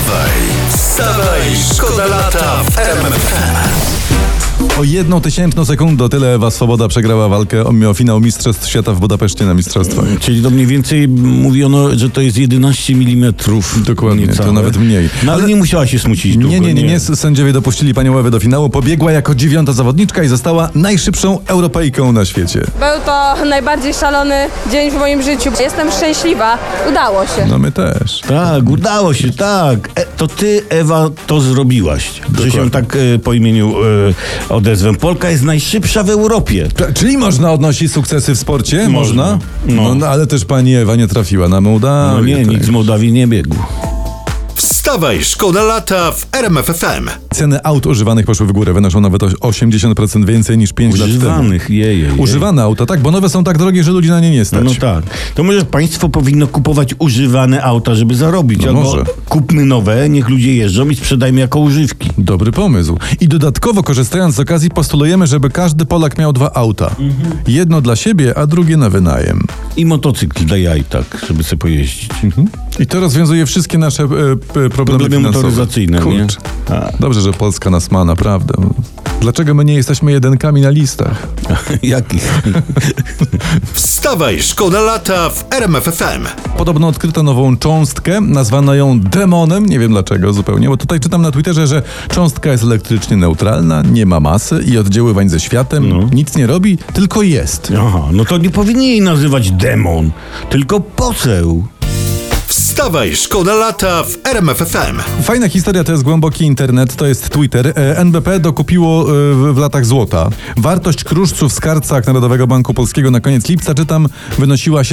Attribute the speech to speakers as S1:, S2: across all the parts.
S1: Wstawaj, szkoda lata w RMF FM.
S2: O 1/1000 sekundę tyle Ewa Swoboda przegrała walkę o finał Mistrzostw Świata w Budapeszcie na mistrzostwach.
S3: Czyli to mniej więcej mówiono, że to jest 11 mm.
S2: Dokładnie,
S3: niecałe.
S2: to nawet mniej.
S3: Ale nie musiała się smucić długo.
S2: Nie. Sędziowie dopuścili panią Ewę do finału. Pobiegła jako 9. zawodniczka i została najszybszą Europejką na świecie.
S4: Był to najbardziej szalony dzień w moim życiu. Jestem szczęśliwa. Udało się.
S2: No my też.
S3: Tak, udało się, tak. To ty, Ewa, to zrobiłaś. Że się tak po imieniu odezwę. Polka jest najszybsza w Europie.
S2: Czyli można odnosić sukcesy w sporcie? Można?
S3: No.
S2: Ale też pani Ewa nie trafiła na Mołdawię.
S3: No nie, nikt z Mołdawii nie biegł.
S1: Wstawaj, szkoda lata w RMF FM.
S2: Ceny aut używanych poszły w górę. Wynoszą nawet o 80% więcej niż 5 lat temu.
S3: Używanych, jej.
S2: Używane auta, tak, bo nowe są tak drogie, że ludzi na nie nie stać.
S3: No tak. To może państwo powinno kupować używane auta, żeby zarobić.
S2: No
S3: albo
S2: może.
S3: Kupmy nowe, niech ludzie jeżdżą i sprzedajmy jako używki.
S2: Dobry pomysł. I dodatkowo, korzystając z okazji, postulujemy, żeby każdy Polak miał 2 auta. Jedno dla siebie, a drugie na wynajem.
S3: I motocykl dla jaj, tak, żeby sobie pojeździć.
S2: I to rozwiązuje wszystkie nasze problemy finansowe.
S3: motoryzacyjne, nie?
S2: Kurczę. Dobrze, że Polska nas ma, naprawdę. Dlaczego my nie jesteśmy jedynkami na listach?
S3: Jakich?
S1: Wstawaj, szkoda lata w RMF FM.
S2: Podobno odkryto nową cząstkę, nazwano ją demonem, nie wiem dlaczego zupełnie, bo tutaj czytam na Twitterze, że cząstka jest elektrycznie neutralna, nie ma masy i oddziaływań ze światem, nic nie robi, tylko jest.
S3: Aha, no to nie powinni jej nazywać demon, tylko poseł.
S1: Wstawaj, szkoda lata w RMF FM.
S2: Fajna historia, to jest głęboki internet, to jest Twitter. NBP dokupiło w latach złota. Wartość kruszców w skarbcach Narodowego Banku Polskiego na koniec lipca, czytam, wynosiła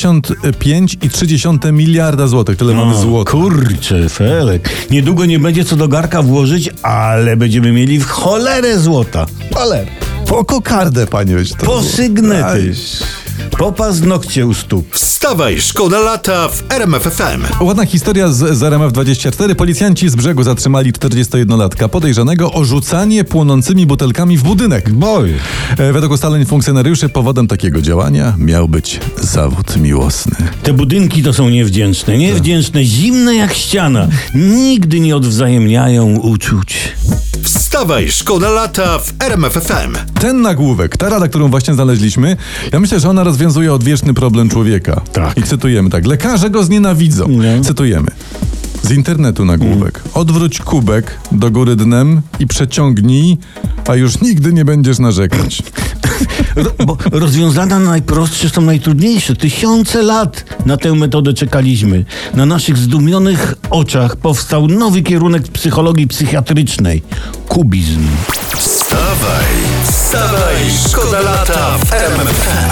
S2: 75,3 miliarda złotych. Tyle mamy złota.
S3: Kurczę, Felek. Niedługo nie będzie co do garka włożyć, ale będziemy mieli w cholerę złota. Cholerę.
S2: Po kokardę, panie.
S3: Po sygnety. Po paznokcie u stóp.
S1: Wstawaj, szkoda lata w RMF FM.
S2: Ładna historia z RMF24. Policjanci z brzegu zatrzymali 41-latka podejrzanego o rzucanie płonącymi butelkami w budynek.
S3: Boj.
S2: Według ustaleń funkcjonariuszy powodem takiego działania miał być zawód miłosny.
S3: Te budynki to są niewdzięczne, zimne jak ściana. Nigdy nie odwzajemniają uczuć.
S1: Wstawaj, szkoda lata w RMF FM.
S2: Ten nagłówek, ta rada, którą właśnie znaleźliśmy, ja myślę, że ona rozwiązuje odwieczny problem człowieka.
S3: Tak.
S2: I cytujemy tak. Lekarze go znienawidzą. Cytujemy. Z internetu nagłówek. Odwróć kubek do góry dnem i przeciągnij, a już nigdy nie będziesz narzekać.
S3: Bo rozwiązania najprostsze są najtrudniejsze. 1000 lat na tę metodę czekaliśmy. Na naszych zdumionych oczach powstał nowy kierunek psychologii psychiatrycznej. Kubizm.
S1: Wstawaj, szkoda lata w RMF FM.